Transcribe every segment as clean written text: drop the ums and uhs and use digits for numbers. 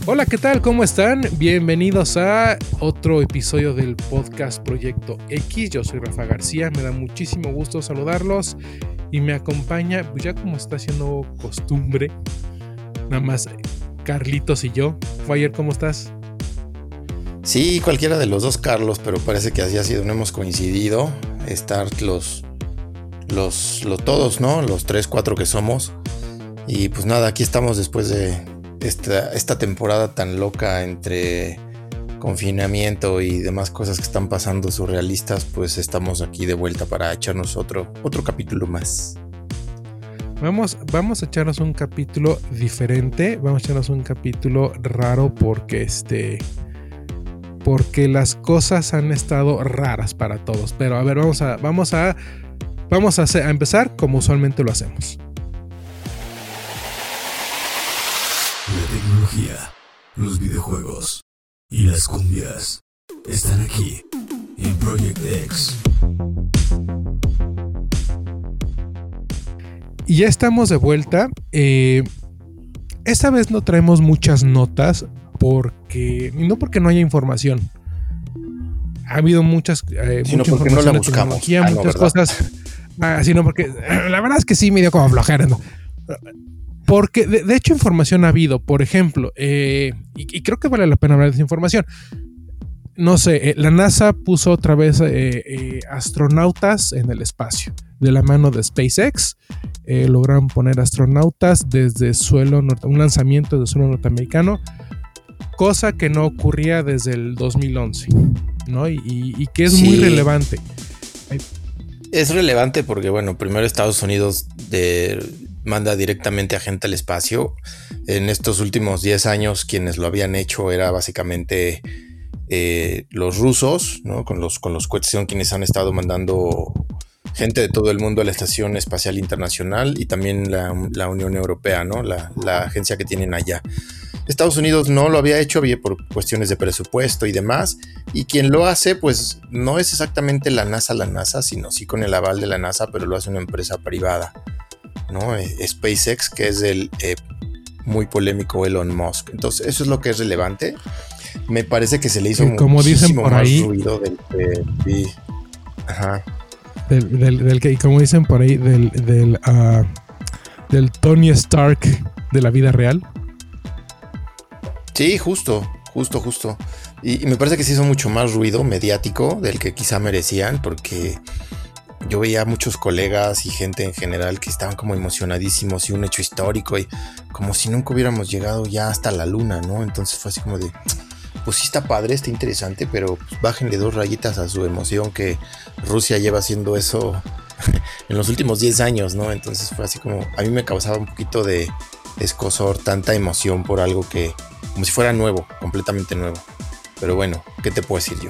Hola, ¿qué tal? ¿Cómo están? Bienvenidos a otro episodio del podcast Proyecto X. Yo soy Rafa García, me da muchísimo gusto saludarlos y me acompaña, pues ya como está siendo costumbre, nada más Carlitos y yo. Fire, ¿cómo estás? Sí, cualquiera de los dos Carlos, pero parece que así ha sido, no hemos coincidido. Estar todos, ¿no? Los 3, 4 que somos. Y pues nada, aquí estamos después de esta temporada tan loca entre confinamiento y demás cosas que están pasando surrealistas. Pues estamos aquí de vuelta para echarnos otro capítulo más. Vamos a echarnos un capítulo diferente, vamos a echarnos un capítulo raro porque las cosas han estado raras para todos. Pero a ver, vamos a empezar como usualmente lo hacemos. La tecnología, los videojuegos y las cumbias están aquí en Project X. Y ya estamos de vuelta. Esta vez no traemos muchas notas no porque no haya información. Ha habido mucha porque no la buscamos. Muchas cosas. Sino porque la verdad es que sí me dio como flojera, ¿no? Porque de hecho información ha habido. Por ejemplo, y creo que vale la pena hablar de esa información. No sé, la NASA puso otra vez astronautas en el espacio. De la mano de SpaceX, lograron poner astronautas desde un lanzamiento de suelo norteamericano, cosa que no ocurría desde el 2011, ¿no? Y que es muy relevante. Es relevante porque, bueno, primero Estados Unidos manda directamente a gente al espacio. En estos últimos 10 años, quienes lo habían hecho era básicamente los rusos, ¿no? Con los cohetes son quienes han estado mandando gente de todo el mundo a la Estación Espacial Internacional, y también la Unión Europea, ¿no? La agencia que tienen allá. Estados Unidos no lo había hecho por cuestiones de presupuesto y demás, y quien lo hace pues no es exactamente la NASA, sino sí con el aval de la NASA, pero lo hace una empresa privada, ¿no? SpaceX, que es del muy polémico Elon Musk. Entonces eso es lo que es relevante. Me parece que se le hizo como muchísimo dicen por más ahí, ruido del que vi. Ajá. Del que, como dicen por ahí, del Tony Stark de la vida real. Sí, justo. Y me parece que se hizo mucho más ruido mediático del que quizá merecían, porque yo veía muchos colegas y gente en general que estaban como emocionadísimos y un hecho histórico, y como si nunca hubiéramos llegado ya hasta la luna, ¿no? Entonces fue así como de, pues sí está padre, está interesante, pero pues bájenle 2 rayitas a su emoción, que Rusia lleva haciendo eso en los últimos 10 años, ¿no? Entonces fue así como, a mí me causaba un poquito de escozor tanta emoción por algo que, como si fuera nuevo, completamente nuevo. Pero bueno, ¿qué te puedo decir yo?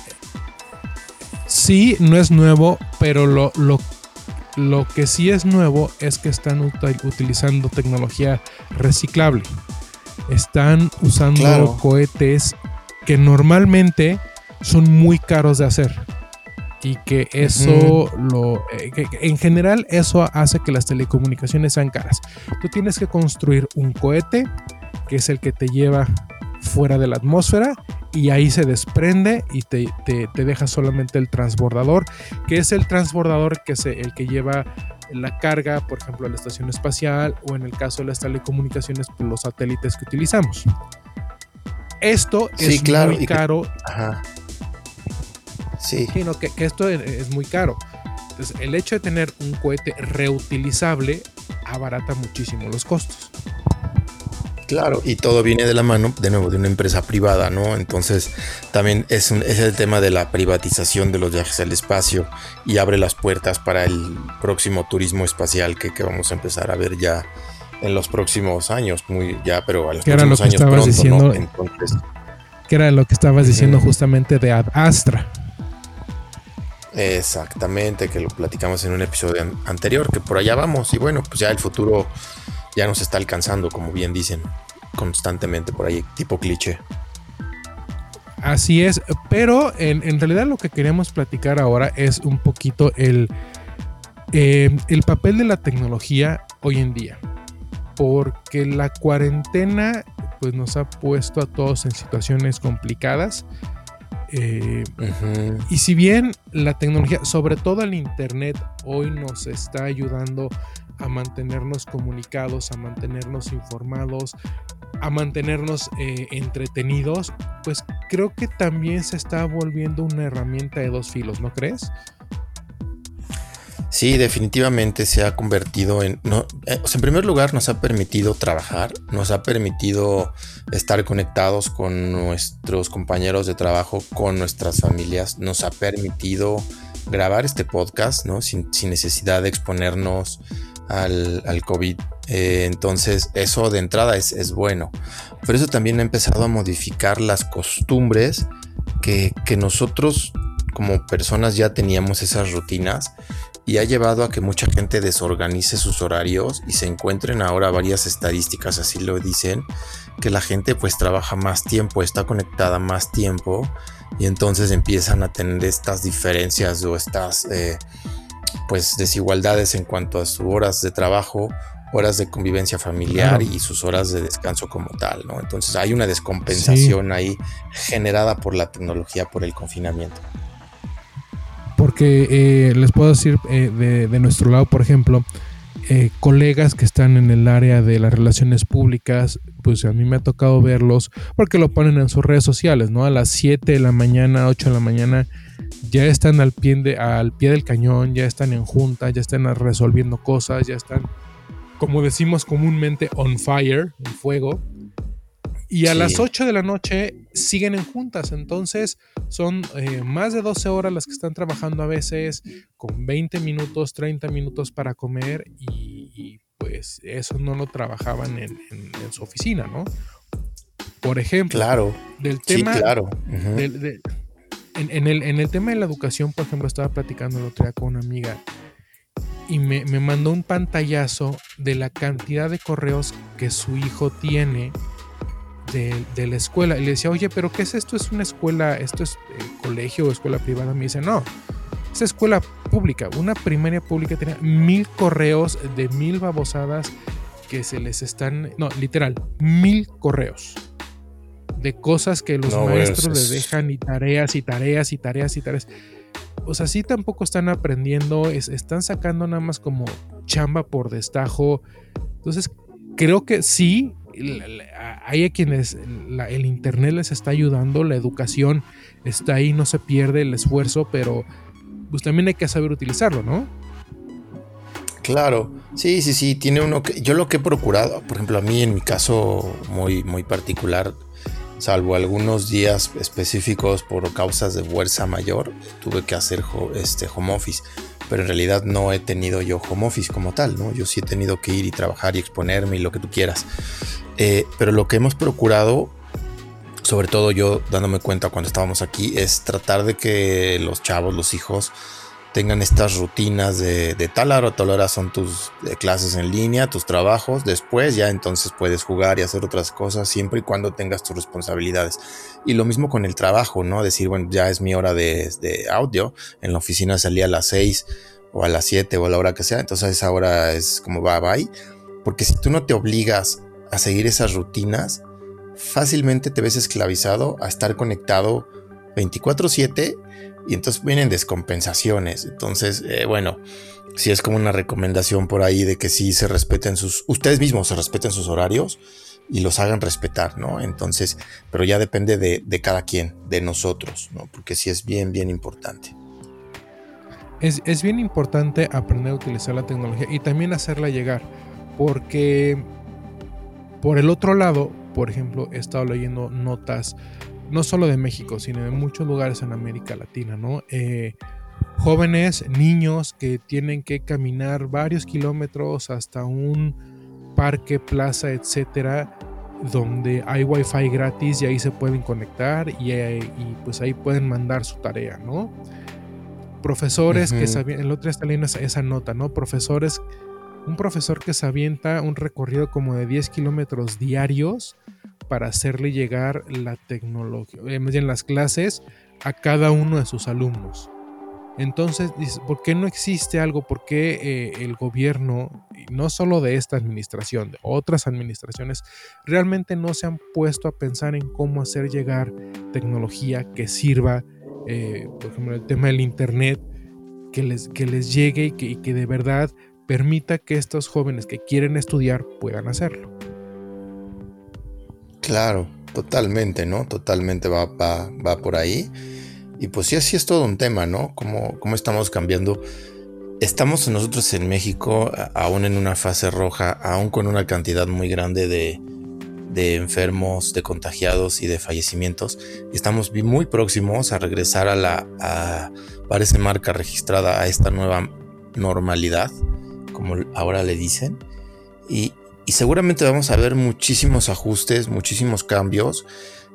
Sí, no es nuevo, pero lo que sí es nuevo es que están utilizando tecnología reciclable. Están usando cohetes que normalmente son muy caros de hacer. Y que eso que en general eso hace que las telecomunicaciones sean caras. Tú tienes que construir un cohete, que es el que te lleva fuera de la atmósfera, y ahí se desprende y te deja solamente el transbordador, que es el transbordador que es el que lleva la carga, por ejemplo, a la estación espacial, o en el caso de las telecomunicaciones, pues los satélites que utilizamos. Esto es muy caro. Ajá. Sí. Sino que esto es muy caro. Entonces, el hecho de tener un cohete reutilizable abarata muchísimo los costos. Claro, y todo viene de la mano, de nuevo, de una empresa privada, ¿no? Entonces, también es el tema de la privatización de los viajes al espacio, y abre las puertas para el próximo turismo espacial que vamos a empezar a ver ya en los próximos años, pero a los próximos años pronto, diciendo, ¿no? Entonces, que era lo que estabas diciendo justamente de Ad Astra. Exactamente, que lo platicamos en un episodio anterior, que por allá vamos, y bueno, pues ya el futuro ya nos está alcanzando, como bien dicen, constantemente por ahí, tipo cliché. Así es, pero en realidad lo que queremos platicar ahora es un poquito el papel de la tecnología hoy en día, porque la cuarentena pues nos ha puesto a todos en situaciones complicadas. Y si bien la tecnología, sobre todo el internet, hoy nos está ayudando a mantenernos comunicados, a mantenernos informados, a mantenernos entretenidos, pues creo que también se está volviendo una herramienta de dos filos, ¿no crees? Sí, definitivamente se ha convertido en... en primer lugar, nos ha permitido trabajar, nos ha permitido estar conectados con nuestros compañeros de trabajo, con nuestras familias, nos ha permitido grabar este podcast, ¿no? Sin necesidad de exponernos al COVID. Entonces, eso de entrada es bueno. Pero eso también ha empezado a modificar las costumbres que nosotros como personas ya teníamos esas rutinas, y ha llevado a que mucha gente desorganice sus horarios y se encuentren ahora varias estadísticas, así lo dicen, que la gente pues trabaja más tiempo, está conectada más tiempo, y entonces empiezan a tener estas diferencias o estas pues desigualdades en cuanto a sus horas de trabajo, horas de convivencia familiar y sus horas de descanso como tal, ¿no? Entonces hay una descompensación ahí generada por la tecnología, por el confinamiento. Porque les puedo decir de nuestro lado, por ejemplo, colegas que están en el área de las relaciones públicas, pues a mí me ha tocado verlos porque lo ponen en sus redes sociales, ¿no? A las 7 de la mañana, 8 de la mañana, ya están al pie del cañón, ya están en junta, ya están resolviendo cosas, ya están, como decimos comúnmente, on fire, en fuego. Y a las 8 de la noche siguen en juntas, entonces son más de 12 horas las que están trabajando a veces, con 20 minutos, 30 minutos para comer, y pues eso no lo trabajaban en su oficina, ¿no? Por ejemplo, del tema, en el tema de la educación, por ejemplo, estaba platicando el otro día con una amiga y me mandó un pantallazo de la cantidad de correos que su hijo tiene de la escuela, y le decía, oye, pero ¿qué es esto? ¿Es una escuela? ¿Esto es colegio o escuela privada? Me dice, no, es escuela pública, una primaria pública. Tenía 1000 correos de 1000 babosadas que se les están, no, literal, 1000 correos de cosas que los maestros les dejan, y tareas y tareas y tareas y tareas. O sea, sí, tampoco están aprendiendo, están sacando nada más como chamba por destajo. Entonces creo que sí, hay a quienes el internet les está ayudando, la educación está ahí, no se pierde el esfuerzo, pero pues también hay que saber utilizarlo, ¿no? Claro, sí, tiene uno que, yo lo que he procurado, por ejemplo, a mí en mi caso muy, muy particular, salvo algunos días específicos por causas de fuerza mayor, tuve que hacer home office, pero en realidad no he tenido yo home office como tal, ¿no? Yo sí he tenido que ir y trabajar y exponerme y lo que tú quieras. Pero lo que hemos procurado, sobre todo yo dándome cuenta cuando estábamos aquí, es tratar de que los chavos, los hijos, tengan estas rutinas de tal hora a tal hora son tus clases en línea, tus trabajos, después ya entonces puedes jugar y hacer otras cosas siempre y cuando tengas tus responsabilidades. Y lo mismo con el trabajo, ¿no? Decir, bueno, ya es mi hora de audio, en la oficina salía a las 6 o a las 7 o a la hora que sea, entonces esa hora es como bye, porque si tú no te obligas a seguir esas rutinas, fácilmente te ves esclavizado a estar conectado 24/7, y entonces vienen descompensaciones. Entonces, bueno, sí es como una recomendación por ahí de que sí se respeten ustedes mismos se respeten sus horarios y los hagan respetar, ¿no? Entonces, pero ya depende de cada quien, de nosotros, ¿no? Porque sí es bien, bien importante. Es bien importante aprender a utilizar la tecnología y también hacerla llegar, porque por el otro lado, por ejemplo, he estado leyendo notas no solo de México, sino de muchos lugares en América Latina, ¿no? Jóvenes, niños que tienen que caminar varios kilómetros hasta un parque, plaza, etcétera, donde hay wifi gratis y ahí se pueden conectar y pues ahí pueden mandar su tarea, ¿no? Profesores que sabían, el otro día está leyendo esa nota, ¿no? Un profesor que se avienta un recorrido como de 10 kilómetros diarios para hacerle llegar la tecnología, más bien las clases, a cada uno de sus alumnos. Entonces, ¿por qué no existe algo? ¿Por qué el gobierno, y no solo de esta administración, de otras administraciones, realmente no se han puesto a pensar en cómo hacer llegar tecnología que sirva, por ejemplo, el tema del internet, que les llegue y que de verdad permita que estos jóvenes que quieren estudiar puedan hacerlo? Claro, totalmente, ¿no? Totalmente va por ahí. Y pues sí, así es todo un tema, ¿no? ¿Cómo estamos cambiando? Estamos nosotros en México aún en una fase roja, aún con una cantidad muy grande de enfermos, de contagiados y de fallecimientos. Estamos muy próximos a regresar parece marca registrada, a esta nueva normalidad, como ahora le dicen. Y seguramente vamos a ver muchísimos ajustes, muchísimos cambios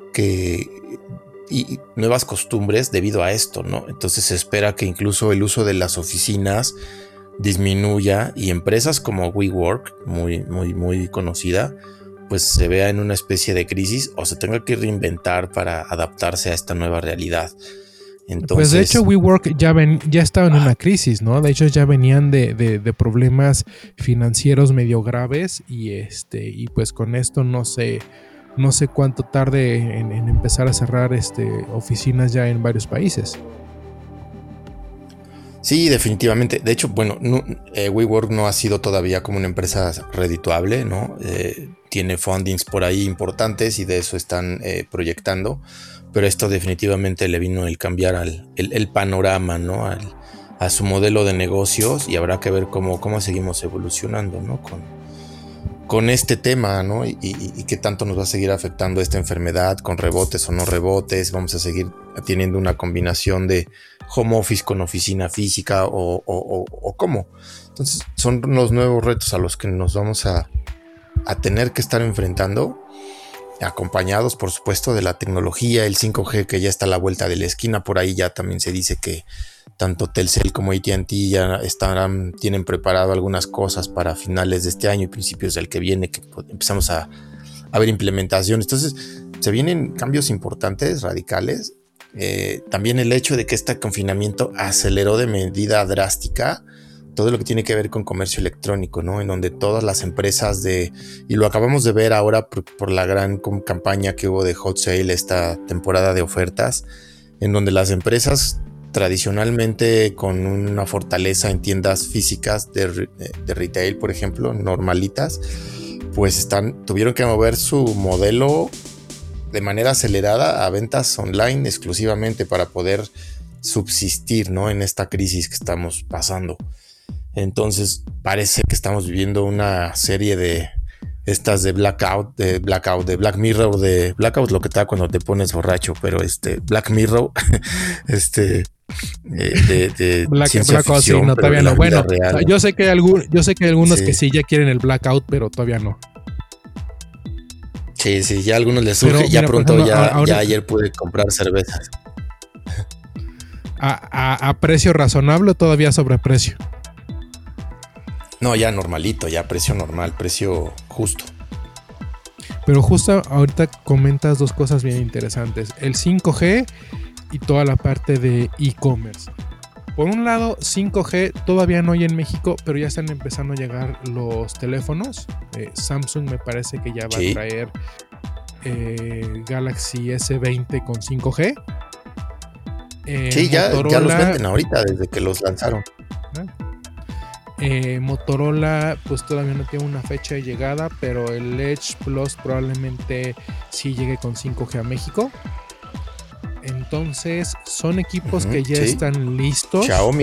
y nuevas costumbres debido a esto, ¿no? Entonces se espera que incluso el uso de las oficinas disminuya y empresas como WeWork, muy, muy, muy conocida, pues se vea en una especie de crisis o se tenga que reinventar para adaptarse a esta nueva realidad. Entonces, pues de hecho WeWork ya estaba en una crisis, ¿no? De hecho ya venían de problemas financieros medio graves y pues con esto no sé cuánto tarde en empezar a cerrar oficinas ya en varios países. Sí, definitivamente. De hecho, bueno, WeWork no ha sido todavía como una empresa redituable, ¿no? Tiene fundings por ahí importantes y de eso están proyectando. Pero esto definitivamente le vino el cambiar el panorama, ¿no? A su modelo de negocios, y habrá que ver cómo seguimos evolucionando, ¿no? Con este tema, ¿no? Y qué tanto nos va a seguir afectando esta enfermedad, con rebotes o no rebotes. Vamos a seguir teniendo una combinación de home office con oficina física o cómo. Entonces son los nuevos retos a los que nos vamos a tener que estar enfrentando, acompañados por supuesto de la tecnología, el 5G que ya está a la vuelta de la esquina. Por ahí ya también se dice que tanto Telcel como AT&T ya tienen preparado algunas cosas para finales de este año y principios del que viene, que empezamos a ver implementaciones. Entonces se vienen cambios importantes, radicales. También el hecho de que este confinamiento aceleró de medida drástica todo lo que tiene que ver con comercio electrónico, ¿no? En donde todas las empresas y lo acabamos de ver ahora por la gran campaña que hubo de Hot Sale, esta temporada de ofertas, en donde las empresas tradicionalmente con una fortaleza en tiendas físicas de retail, por ejemplo, normalitas, pues tuvieron que mover su modelo de manera acelerada a ventas online exclusivamente para poder subsistir, ¿no? En esta crisis que estamos pasando. Entonces parece que estamos viviendo una serie de estas de blackout, de Black Mirror, de blackout, lo que te da cuando te pones borracho, pero Black Mirror, de ciencia ficción, sí, no, todavía no. Bueno, real. Yo sé que hay algunos sí, que sí ya quieren el blackout, pero todavía no. Sí, ya a algunos les surge. Pero, ya mira, pronto, ejemplo, ya ayer pude comprar cervezas. ¿A precio razonable o todavía sobreprecio? No, ya normalito, ya precio normal, precio justo. Pero justo ahorita comentas dos cosas bien interesantes: el 5G y toda la parte de e-commerce. Por un lado, 5G todavía no hay en México, pero ya están empezando a llegar los teléfonos. Samsung me parece que ya va a traer Galaxy S20 con 5G. Sí, ya los venden ahorita desde que los lanzaron. Motorola pues todavía no tiene una fecha de llegada, pero el Edge Plus probablemente sí llegue con 5G a México. Entonces son equipos que ya están listos.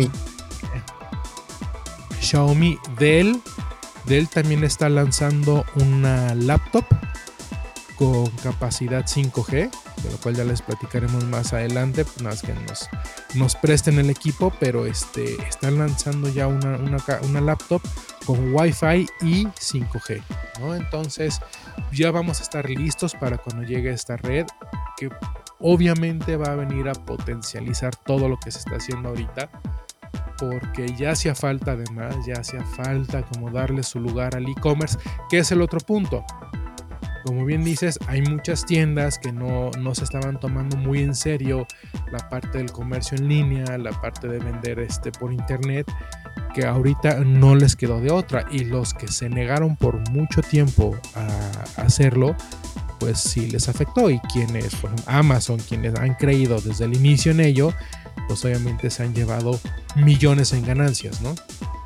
Xiaomi, Dell también está lanzando una laptop con capacidad 5G, de lo cual ya les platicaremos más adelante, nada más que nos presten el equipo, pero están lanzando ya una laptop con Wi-Fi y 5G, ¿no? Entonces ya vamos a estar listos para cuando llegue esta red, que obviamente va a venir a potencializar todo lo que se está haciendo ahorita, porque ya hacía falta, además, como darle su lugar al e-commerce, que es el otro punto. como bien dices, hay muchas tiendas que no se estaban tomando muy en serio la parte del comercio en línea, la parte de vender por internet, que ahorita no les quedó de otra, y los que se negaron por mucho tiempo a hacerlo, pues sí les afectó. Y quienes, por ejemplo, Amazon, quienes han creído desde el inicio en ello, pues obviamente se han llevado millones en ganancias, ¿no?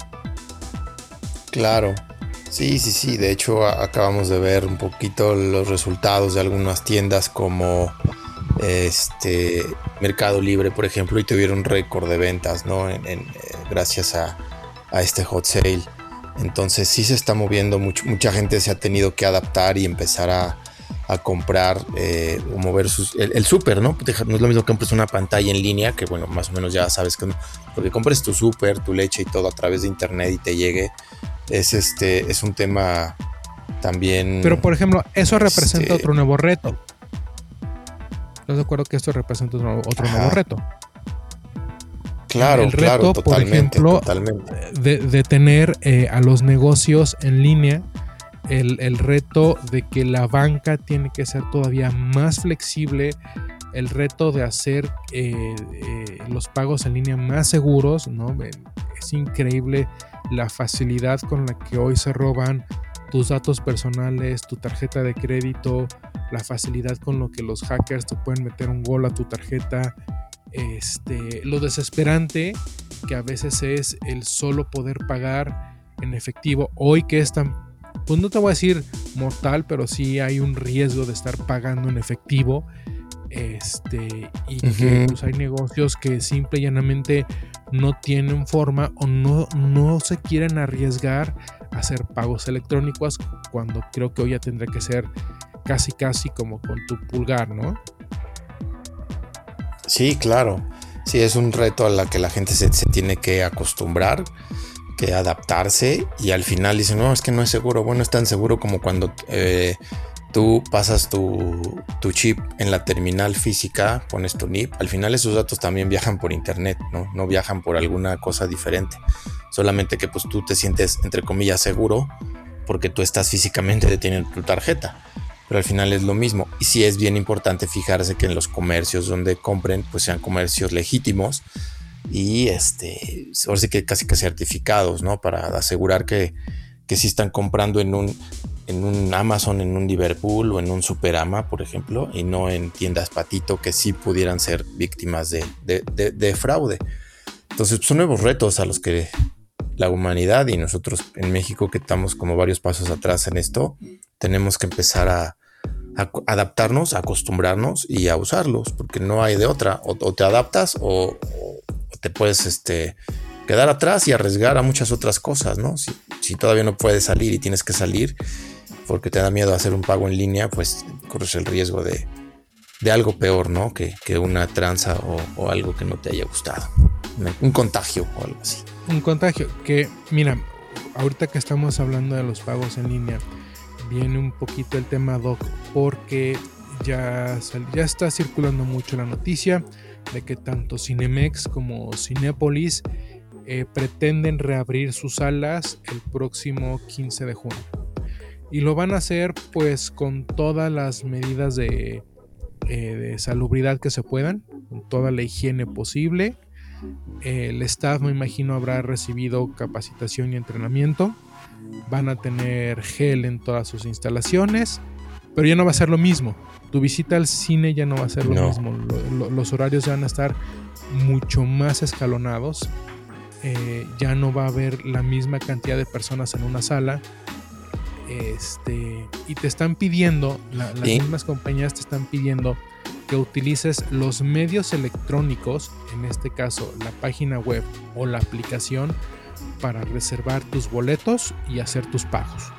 Claro. Sí. De hecho, acabamos de ver un poquito los resultados de algunas tiendas como Mercado Libre, por ejemplo, y tuvieron récord de ventas, ¿no? Gracias a este hot sale. Entonces sí se está moviendo mucho. Mucha gente se ha tenido que adaptar y empezar a comprar o mover el súper, ¿no? No es lo mismo que compres una pantalla en línea, que bueno, más o menos ya sabes que porque compres tu súper, tu leche y todo a través de internet y te llegue. Es un tema también. Pero por ejemplo, eso representa otro nuevo reto. ¿Estás de acuerdo que esto representa otro nuevo reto? Claro, el reto, totalmente, por ejemplo, totalmente. De tener a los negocios en línea, el reto de que la banca tiene que ser todavía más flexible, el reto de hacer los pagos en línea más seguros, ¿no? Es increíble la facilidad con la que hoy se roban tus datos personales, tu tarjeta de crédito, la facilidad con lo que los hackers te pueden meter un gol a tu tarjeta, lo desesperante que a veces es el solo poder pagar en efectivo. Hoy que es tan, pues no te voy a decir mortal, pero sí hay un riesgo de estar pagando en efectivo. Y que pues hay negocios que simple y llanamente no tienen forma o no se quieren arriesgar a hacer pagos electrónicos, cuando creo que hoy ya tendrá que ser casi como con tu pulgar, ¿no? Sí, claro. Sí, es un reto a la que la gente se tiene que acostumbrar, que adaptarse, y al final dicen, no, es que no es seguro. Bueno, es tan seguro como cuando tú pasas tu chip en la terminal física, pones tu NIP. Al final esos datos también viajan por internet, ¿no? No viajan por alguna cosa diferente. Solamente que pues tú te sientes, entre comillas, seguro porque tú estás físicamente deteniendo tu tarjeta. Pero al final es lo mismo. Y sí es bien importante fijarse que en los comercios donde compren, pues sean comercios legítimos y ahora sí que casi que certificados, ¿no? Para asegurar que sí están comprando en un Amazon, en un Liverpool o en un Superama, por ejemplo, y no en tiendas patito que sí pudieran ser víctimas de fraude. Entonces pues, son nuevos retos a los que la humanidad y nosotros en México, que estamos como varios pasos atrás en esto, tenemos que empezar a adaptarnos, a acostumbrarnos y a usarlos, porque no hay de otra. O te adaptas o te puedes quedar atrás y arriesgar a muchas otras cosas, ¿no? Si todavía no puedes salir y tienes que salir porque te da miedo hacer un pago en línea, pues corres el riesgo de algo peor, ¿no? Que una tranza o algo que no te haya gustado. Un contagio o algo así. Un contagio que, mira, ahorita que estamos hablando de los pagos en línea, viene un poquito el tema, Doc, porque ya está circulando mucho la noticia de que tanto Cinemex como Cinépolis pretenden reabrir sus salas el próximo 15 de junio. Y lo van a hacer pues con todas las medidas de salubridad que se puedan, con toda la higiene posible. El staff, me imagino, habrá recibido capacitación y entrenamiento. Van a tener gel en todas sus instalaciones, pero ya no va a ser lo mismo. Tu visita al cine ya no va a ser lo mismo. Los horarios van a estar mucho más escalonados. Ya no va a haber la misma cantidad de personas en una sala. Y te están pidiendo, las mismas compañías te están pidiendo que utilices los medios electrónicos, en este caso la página web o la aplicación, para reservar tus boletos y hacer tus pagos.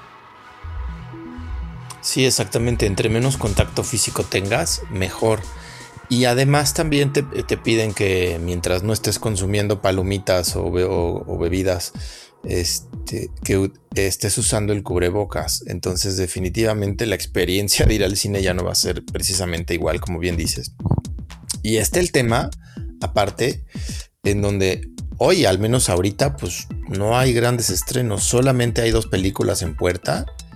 Sí, exactamente. Entre menos contacto físico tengas, mejor. Y además también te piden que mientras no estés consumiendo palomitas o bebidas, que estés usando el cubrebocas. Entonces definitivamente la experiencia de ir al cine ya no va a ser precisamente igual, como bien dices. Y el tema, aparte, en donde hoy, al menos ahorita, pues no hay grandes estrenos. Solamente hay 2 películas en puerta.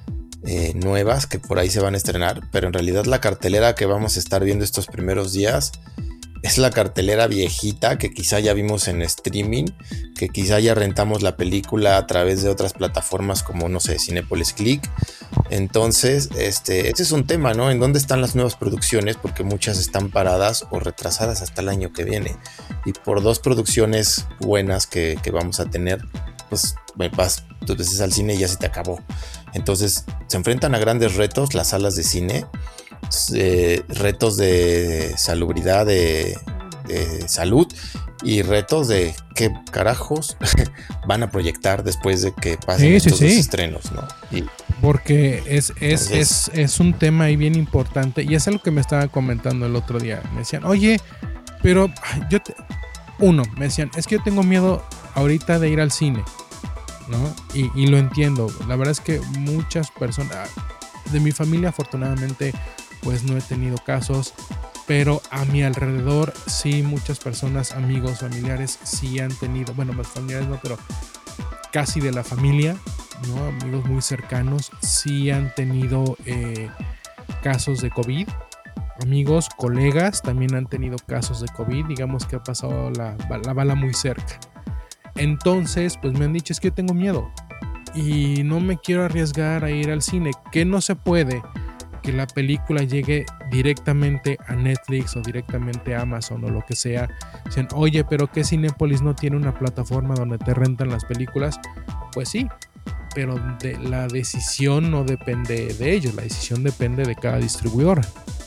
nuevas que por ahí se van a estrenar, pero en realidad la cartelera que vamos a estar viendo estos primeros días es la cartelera viejita que quizá ya vimos en streaming, que quizá ya rentamos la película a través de otras plataformas como, no sé, Cinépolis Click. Entonces, este es un tema, ¿no? ¿En dónde están las nuevas producciones? Porque muchas están paradas o retrasadas hasta el año que viene. Y por 2 producciones buenas que vamos a tener, pues vas 2 veces al cine y ya se te acabó. Entonces, se enfrentan a grandes retos las salas de cine. Retos de salubridad, de salud, y retos de qué carajos van a proyectar después de que pasen estos 2 estrenos, ¿no? Porque es un tema ahí bien importante, y es algo que me estaban comentando el otro día. Me decían, oye, pero me decían, es que yo tengo miedo ahorita de ir al cine, ¿no? Y lo entiendo. La verdad es que muchas personas de mi familia, afortunadamente, pues no he tenido casos, pero a mi alrededor sí, muchas personas, amigos, familiares sí han tenido, bueno, más familiares no, pero casi de la familia, ¿no? Amigos muy cercanos sí han tenido casos de COVID. Amigos, colegas también han tenido casos de COVID, digamos que ha pasado la bala muy cerca. Entonces, pues me han dicho, es que yo tengo miedo y no me quiero arriesgar a ir al cine, que no se puede que la película llegue directamente a Netflix o directamente a Amazon o lo que sea. Dicen, oye, pero ¿qué Cinépolis no tiene una plataforma donde te rentan las películas? Pues sí, pero la decisión no depende de ellos, la decisión depende de cada distribuidora.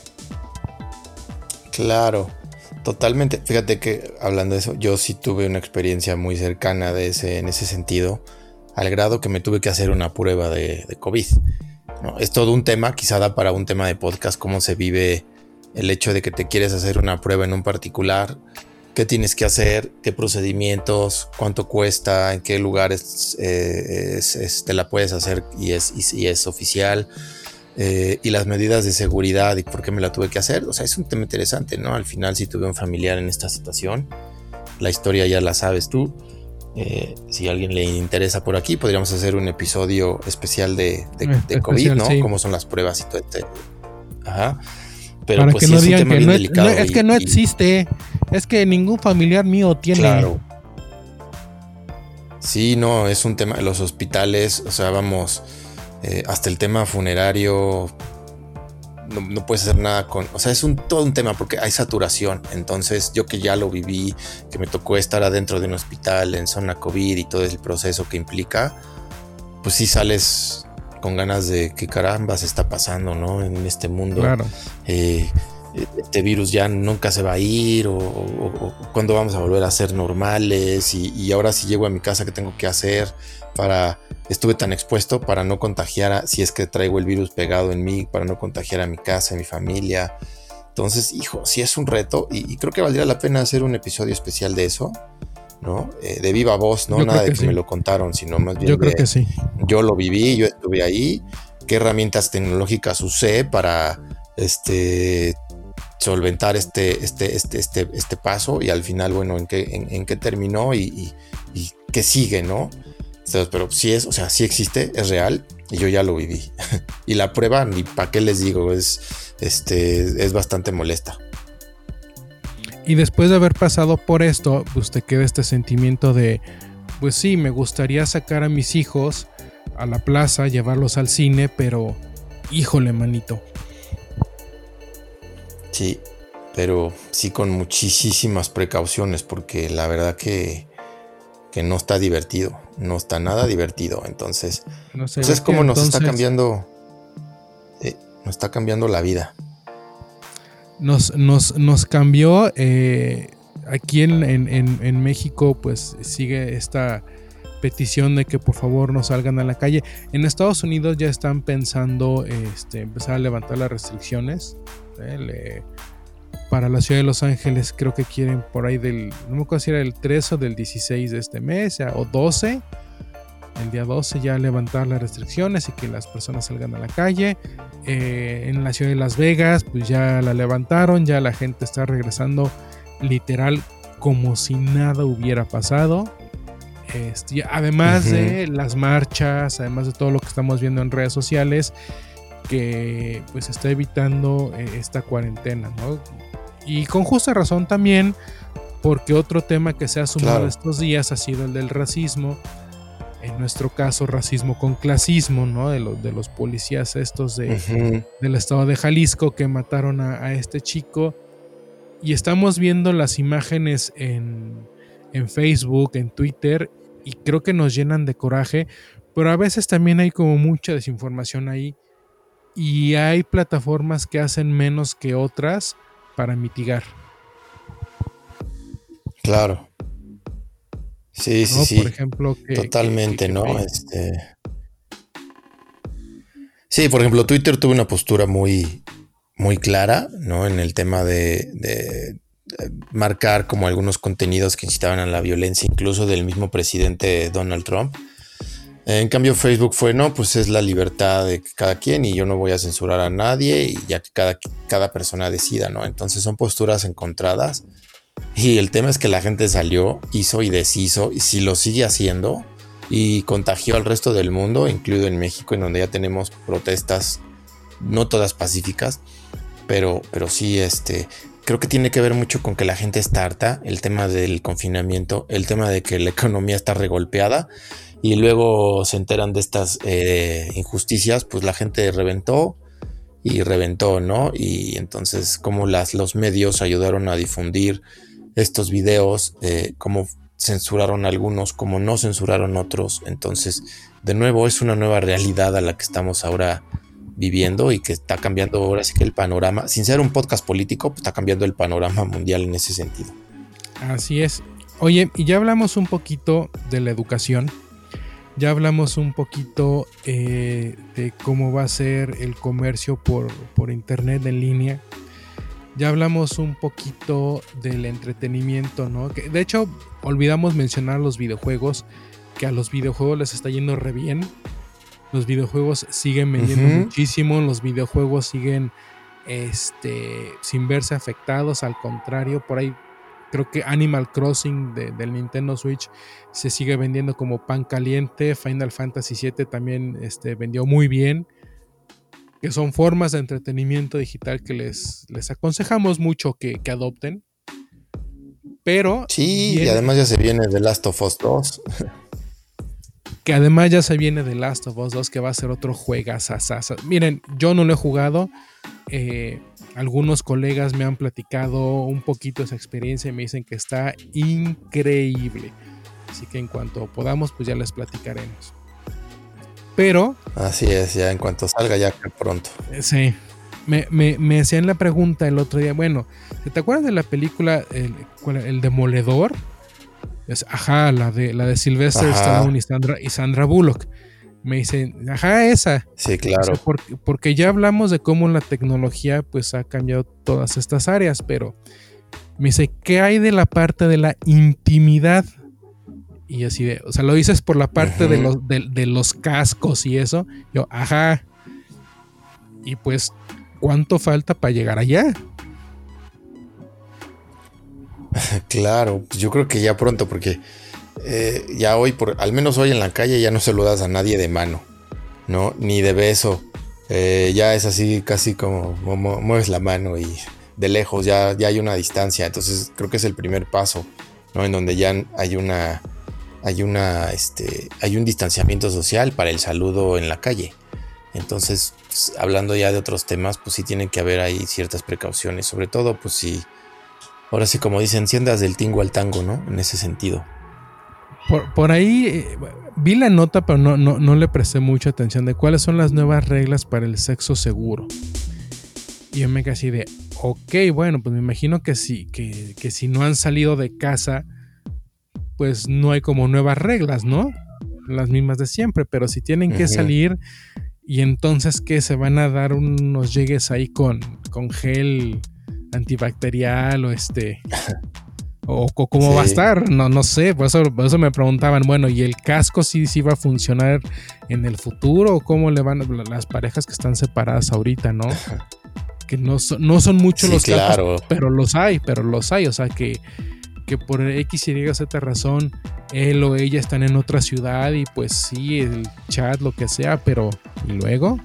Claro, totalmente. Fíjate que hablando de eso, yo sí tuve una experiencia muy cercana en ese sentido, al grado que me tuve que hacer una prueba de COVID. No, es todo un tema, quizá da para un tema de podcast, cómo se vive el hecho de que te quieres hacer una prueba en un particular, qué tienes que hacer, qué procedimientos, cuánto cuesta, en qué lugares te la puedes hacer y es oficial, y las medidas de seguridad y por qué me la tuve que hacer. O sea, es un tema interesante, ¿no? Al final, si tuve un familiar en esta situación, la historia ya la sabes tú. Si a alguien le interesa por aquí, podríamos hacer un episodio especial de COVID, ¿no? Sí. Cómo son las pruebas y todo Ajá. Pero para pues que sí no es digan un tema que bien delicado. Es que no existe. Es que ningún familiar mío tiene. Claro. Sí, no, es un tema. Los hospitales, o sea, vamos, hasta el tema funerario. No puedes hacer nada o sea, es todo un tema porque hay saturación. Entonces, yo que ya lo viví, que me tocó estar adentro de un hospital en zona COVID y todo el proceso que implica, pues sí sales con ganas de qué caramba se está pasando, ¿no? En este mundo. Claro. Este virus ya nunca se va a ir, o cuándo vamos a volver a ser normales, y ahora si llego a mi casa, ¿qué tengo que hacer? Estuve tan expuesto para no contagiar, si es que traigo el virus pegado en mí, para no contagiar a mi casa, a mi familia. Entonces, hijo, sí es un reto, y creo que valdría la pena hacer un episodio especial de eso, ¿no? De viva voz, ¿no? Yo nada de que sí. me lo contaron, sino más bien yo creo que sí. Yo lo viví, yo estuve ahí, qué herramientas tecnológicas usé para solventar este paso, y al final, bueno, en qué terminó y qué sigue, ¿no? Entonces, pero sí sí existe, es real, y yo ya lo viví. Y la prueba, ni para qué les digo, es bastante molesta. Y después de haber pasado por esto, pues te queda este sentimiento de, pues sí, me gustaría sacar a mis hijos a la plaza, llevarlos al cine, pero híjole, manito. Sí, pero sí con muchísimas precauciones, porque la verdad que no está divertido, no está nada divertido. Entonces, no sé, pues es como nos está cambiando la vida. Nos cambió. Aquí en México, pues sigue esta petición de que por favor no salgan a la calle. En Estados Unidos ya están pensando empezar a levantar las restricciones. Para la ciudad de Los Ángeles creo que quieren por ahí no me acuerdo si era el 3 o del 16 de este mes, o 12, el día 12 ya levantar las restricciones y que las personas salgan a la calle. En la ciudad de Las Vegas pues ya la levantaron, ya la gente está regresando literal como si nada hubiera pasado. Además de las marchas, además de todo lo que estamos viendo en redes sociales, que pues está evitando esta cuarentena, ¿no? Y con justa razón también, porque otro tema que se ha sumado estos días ha sido el del racismo. En nuestro caso, racismo con clasismo, ¿no? De los policías estos del estado de Jalisco que mataron a este chico. Y estamos viendo las imágenes en Facebook, en Twitter, y creo que nos llenan de coraje, pero a veces también hay como mucha desinformación ahí, y hay plataformas que hacen menos que otras para mitigar. Claro. Sí, ¿no? sí. Por ejemplo, totalmente, ¿no? Sí, por ejemplo, Twitter tuvo una postura muy, muy clara, ¿no? En el tema de marcar como algunos contenidos que incitaban a la violencia, incluso del mismo presidente Donald Trump. En cambio, Facebook fue, no, pues es la libertad de cada quien y yo no voy a censurar a nadie y ya que cada persona decida, ¿no? Entonces son posturas encontradas. Y el tema es que la gente salió, hizo y deshizo, y si lo sigue haciendo, y contagió al resto del mundo, incluido en México, en donde ya tenemos protestas, no todas pacíficas, pero sí, creo que tiene que ver mucho con que la gente está harta, el tema del confinamiento, el tema de que la economía está regolpeada, y luego se enteran de estas injusticias, pues la gente reventó, ¿no? Y entonces, como los medios ayudaron a difundir estos videos, cómo censuraron algunos, cómo no censuraron otros. Entonces, de nuevo, es una nueva realidad a la que estamos ahora viviendo y que está cambiando ahora sí que el panorama. Sin ser un podcast político, pues está cambiando el panorama mundial en ese sentido. Así es. Oye, y ya hablamos un poquito de la educación. Ya hablamos un poquito de cómo va a ser el comercio por internet en línea. Ya hablamos un poquito del entretenimiento, ¿no? Que de hecho, olvidamos mencionar los videojuegos, que a los videojuegos les está yendo re bien. Los videojuegos siguen vendiendo muchísimo, los videojuegos siguen sin verse afectados, al contrario, por ahí creo que Animal Crossing del Nintendo Switch se sigue vendiendo como pan caliente. Final Fantasy VII también vendió muy bien, que son formas de entretenimiento digital que les aconsejamos mucho que adopten. Pero sí, y además ya se viene The Last of Us 2. Que además ya se viene The Last of Us 2, que va a ser otro juegazazaza. Miren, yo no lo he jugado. Algunos colegas me han platicado un poquito esa experiencia y me dicen que está increíble. Así que en cuanto podamos, pues ya les platicaremos. Pero... Así es, ya en cuanto salga, ya pronto. Sí. Me hacían la pregunta el otro día. Bueno, ¿te acuerdas de la película El Demoledor? La de Sylvester Stallone y Sandra Bullock. Me dicen, esa. Sí, claro. O sea, porque ya hablamos de cómo la tecnología pues ha cambiado todas estas áreas, pero me dice, ¿qué hay de la parte de la intimidad? Y así de, o sea, lo dices por la parte de los cascos y eso. Yo, y pues, ¿cuánto falta para llegar allá? Claro, pues yo creo que ya pronto, porque ya hoy, al menos hoy en la calle, ya no saludas a nadie de mano, ¿no? Ni de beso. Ya es así, casi como mueves la mano y de lejos ya hay una distancia. Entonces creo que es el primer paso, ¿no? En donde ya hay un distanciamiento social para el saludo en la calle. Entonces, pues, hablando ya de otros temas, pues sí tienen que haber ahí ciertas precauciones, sobre todo, pues sí. Ahora sí, como dicen, si andas del tingo al tango, ¿no? En ese sentido. Por ahí vi la nota, pero no le presté mucha atención de cuáles son las nuevas reglas para el sexo seguro. Y yo me quedé así de, ok, bueno, pues me imagino que si no han salido de casa, pues no hay como nuevas reglas, ¿no? Las mismas de siempre, pero si tienen que salir, y entonces que se van a dar unos llegues ahí con gel antibacterial o cómo va a estar, no sé, por eso me preguntaban, bueno, ¿y el casco sí va a funcionar en el futuro? ¿O cómo le van las parejas que están separadas ahorita, no? Que no son muchos los casos, pero los hay, o sea que que por X, Y, Z razón él o ella están en otra ciudad y pues sí, el chat, lo que sea, pero ¿y luego?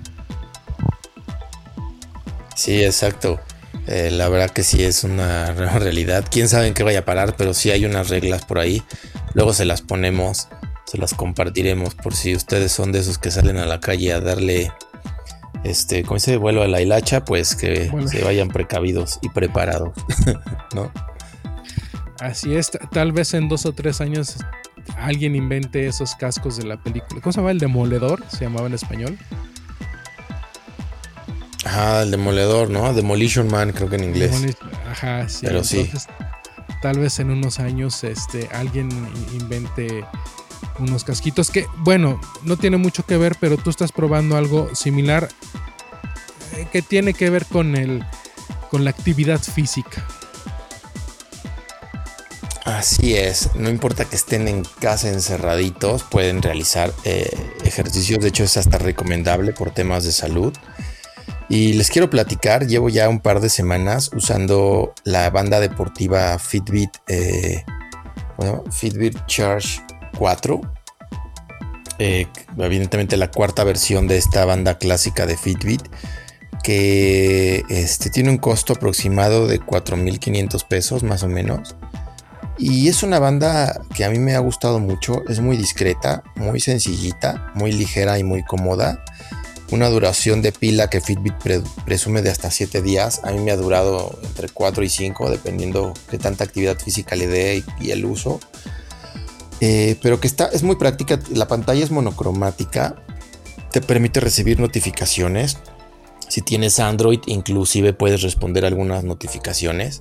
Sí, exacto. La verdad que sí es una realidad. Quién sabe en qué vaya a parar, pero sí hay unas reglas por ahí. Luego se las ponemos, se las compartiremos por si ustedes son de esos que salen a la calle a darle como ese vuelo a la hilacha, pues que se vayan precavidos y preparados, ¿no? Así es, tal vez en 2 o 3 años alguien invente esos cascos de la película. ¿Cómo se llama? El Demoledor, se llamaba en español. Ajá, el Demoledor, ¿no? Demolition Man, creo que en inglés. Ajá, sí. Pero entonces, sí. Tal vez en unos años alguien invente unos casquitos que, bueno, no tiene mucho que ver, pero tú estás probando algo similar que tiene que ver con la actividad física. Así es, no importa que estén en casa encerraditos, pueden realizar ejercicios, de hecho es hasta recomendable por temas de salud. Y les quiero platicar, llevo ya un par de semanas usando la banda deportiva Fitbit, Fitbit Charge 4. Evidentemente la cuarta versión de esta banda clásica de Fitbit, que tiene un costo aproximado de 4,500 pesos más o menos. Y es una banda que a mí me ha gustado mucho, es muy discreta, muy sencillita, muy ligera y muy cómoda. Una duración de pila que Fitbit presume de hasta 7 días. A mí me ha durado entre 4 y 5, dependiendo qué tanta actividad física le dé y el uso. Pero que es muy práctica. La pantalla es monocromática, te permite recibir notificaciones. Si tienes Android, inclusive puedes responder algunas notificaciones.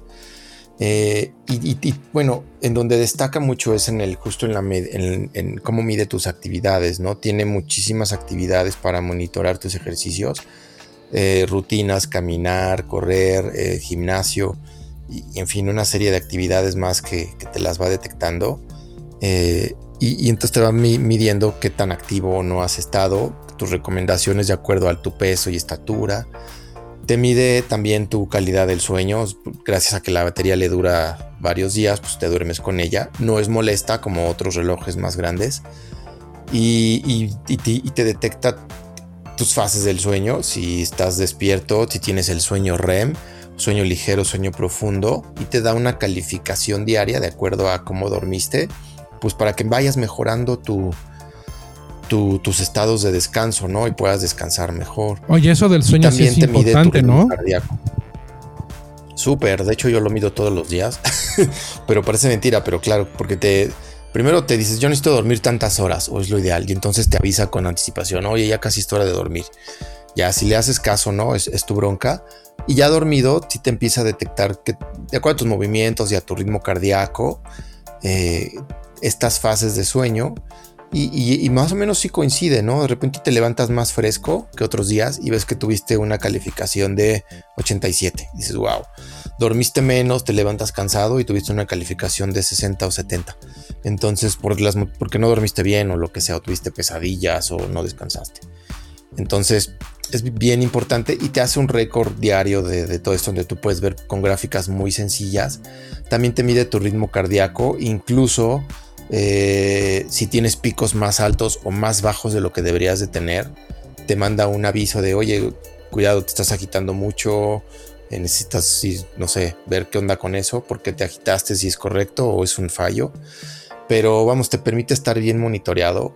Y bueno, en donde destaca mucho es justo en cómo mide tus actividades, ¿no? Tiene muchísimas actividades para monitorar tus ejercicios, rutinas, caminar, correr, gimnasio y en fin, una serie de actividades más que te las va detectando, y entonces te va midiendo qué tan activo o no has estado, tus recomendaciones de acuerdo a tu peso y estatura. Te mide también tu calidad del sueño, gracias a que la batería le dura varios días, pues te duermes con ella. No es molesta como otros relojes más grandes y te detecta tus fases del sueño, si estás despierto, si tienes el sueño REM, sueño ligero, sueño profundo, y te da una calificación diaria de acuerdo a cómo dormiste, pues para que vayas mejorando tus estados de descanso, ¿no? Y puedas descansar mejor. Oye, eso del sueño sí es importante, ¿no? Cardíaco. Súper, de hecho yo lo mido todos los días, pero parece mentira, pero claro, porque primero te dices, yo necesito dormir tantas horas, o es lo ideal, y entonces te avisa con anticipación, oye, ya casi es hora de dormir. Ya, si le haces caso, ¿no? Es tu bronca. Y ya dormido, sí te empieza a detectar que, de acuerdo a tus movimientos y a tu ritmo cardíaco, estas fases de sueño. Y más o menos sí coincide, ¿no? De repente te levantas más fresco que otros días y ves que tuviste una calificación de 87. Dices, wow, dormiste menos, te levantas cansado y tuviste una calificación de 60 o 70. Entonces, porque no dormiste bien o lo que sea, o tuviste pesadillas o no descansaste. Entonces, es bien importante y te hace un récord diario de todo esto, donde tú puedes ver con gráficas muy sencillas. También te mide tu ritmo cardíaco, incluso si tienes picos más altos o más bajos de lo que deberías de tener, te manda un aviso de, oye, cuidado, te estás agitando mucho, necesitas, no sé, ver qué onda con eso, por qué te agitaste, si es correcto o es un fallo. Pero vamos, te permite estar bien monitoreado.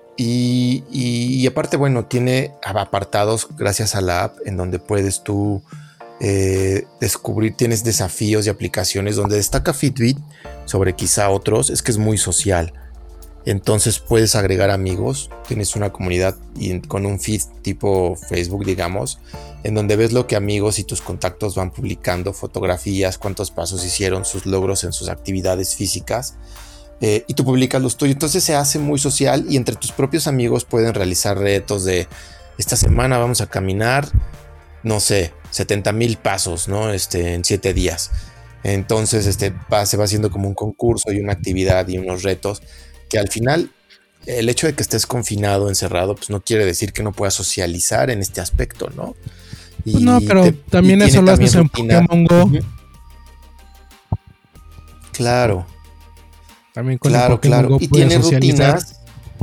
Y aparte, bueno, tiene apartados gracias a la app en donde puedes tú descubrir, tienes desafíos y aplicaciones. Donde destaca Fitbit sobre quizá otros es que es muy social. Entonces puedes agregar amigos, tienes una comunidad con un feed tipo Facebook, digamos, en donde ves lo que amigos y tus contactos van publicando, fotografías, cuántos pasos hicieron, sus logros en sus actividades físicas. Y tú publicas los tuyos, entonces se hace muy social y entre tus propios amigos pueden realizar retos de esta semana vamos a caminar, no sé, 70,000 pasos, ¿no? En 7 días. Entonces se va haciendo como un concurso y una actividad y unos retos que al final el hecho de que estés confinado, encerrado, pues no quiere decir que no puedas socializar en este aspecto, ¿no? Pues no, pero también eso lo haces en Pokémon Go. Claro. También con el Pokémon Go y puedes tiene socializar. Rutinas.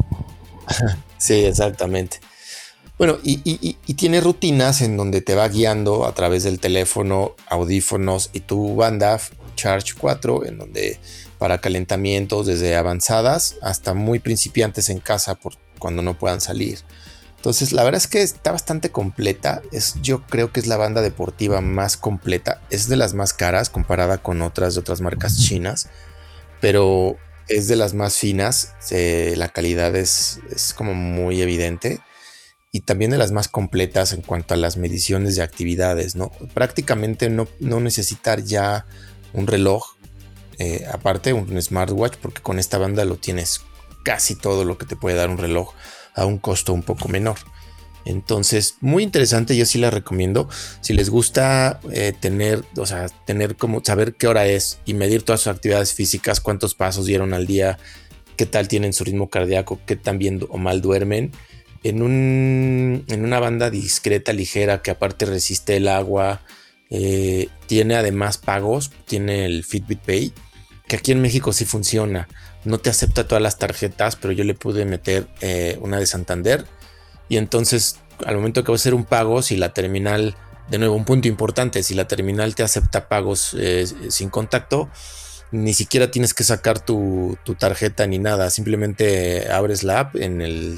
Sí, exactamente. Bueno, y tiene rutinas en donde te va guiando a través del teléfono, audífonos y tu banda Charge 4, en donde para calentamientos desde avanzadas hasta muy principiantes en casa por cuando no puedan salir. Entonces, la verdad es que está bastante completa. Yo creo que es la banda deportiva más completa. Es de las más caras comparada con otras de otras marcas chinas, pero es de las más finas. La calidad es como muy evidente. Y también de las más completas en cuanto a las mediciones de actividades, ¿no? Prácticamente no necesitar ya un reloj, aparte un smartwatch, porque con esta banda lo tienes casi todo lo que te puede dar un reloj a un costo un poco menor. Entonces, muy interesante, yo sí la recomiendo. Si les gusta tener como saber qué hora es y medir todas sus actividades físicas, cuántos pasos dieron al día, qué tal tienen su ritmo cardíaco, qué tan bien o mal duermen, en una banda discreta, ligera, que aparte resiste el agua, tiene además pagos, tiene el Fitbit Pay, que aquí en México sí funciona. No te acepta todas las tarjetas, pero yo le pude meter una de Santander. Y entonces, al momento que va a hacer un pago, si la terminal, de nuevo, un punto importante, si la terminal te acepta pagos sin contacto, ni siquiera tienes que sacar tu tarjeta ni nada. Simplemente abres la app en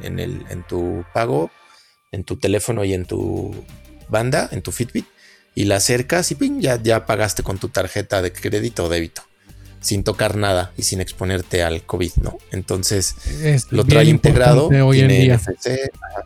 tu pago, en tu teléfono y en tu banda, en tu Fitbit, y la acercas y ¡ping! Ya pagaste con tu tarjeta de crédito o débito, sin tocar nada y sin exponerte al COVID, ¿no? Entonces lo trae integrado, hoy tiene en día. NFC.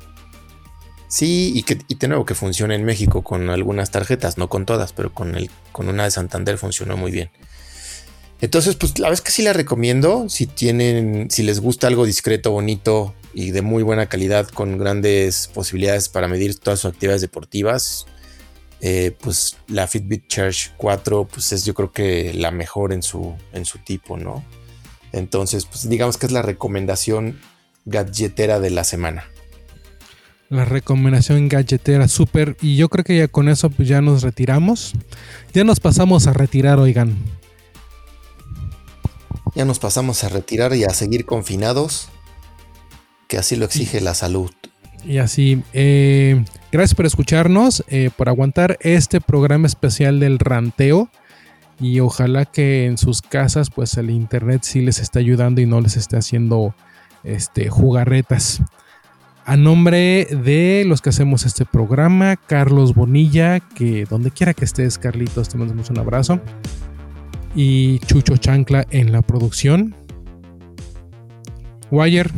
Sí, y de nuevo que funciona en México con algunas tarjetas, no con todas, pero con una de Santander funcionó muy bien. Entonces, pues la verdad es que sí la recomiendo. Si les gusta algo discreto, bonito y de muy buena calidad, con grandes posibilidades para medir todas sus actividades deportivas, pues la Fitbit Charge 4 pues es yo creo que la mejor en su tipo, ¿no? Entonces, pues digamos que es la recomendación gadgetera de la semana. La recomendación gadgetera, súper. Y yo creo que ya con eso pues ya nos retiramos. Ya nos pasamos a retirar, oigan. Ya nos pasamos a retirar y a seguir confinados, que así lo exige la salud. Y así, gracias por escucharnos, por aguantar este programa especial del ranteo. Y ojalá que en sus casas pues el internet sí les esté ayudando y no les esté haciendo jugarretas. A nombre de los que hacemos este programa, Carlos Bonilla, que donde quiera que estés, Carlitos, te mandamos un abrazo. Y Chucho Chancla en la producción. Wire.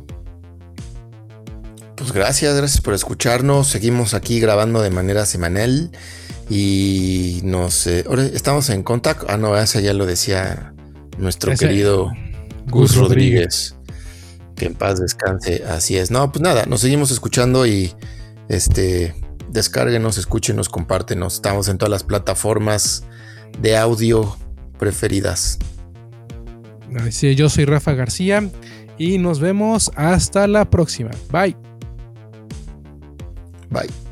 Pues gracias por escucharnos. Seguimos aquí grabando de manera semanal. Y ahora estamos en contacto. No, ese ya lo decía nuestro querido Gus Rodríguez. Que en paz descanse. Así es. No, pues nada, nos seguimos escuchando y descárguenos, escúchenos, compártenos. Estamos en todas las plataformas de audio preferidas. Sí, yo soy Rafa García y nos vemos hasta la próxima. Bye. Bye.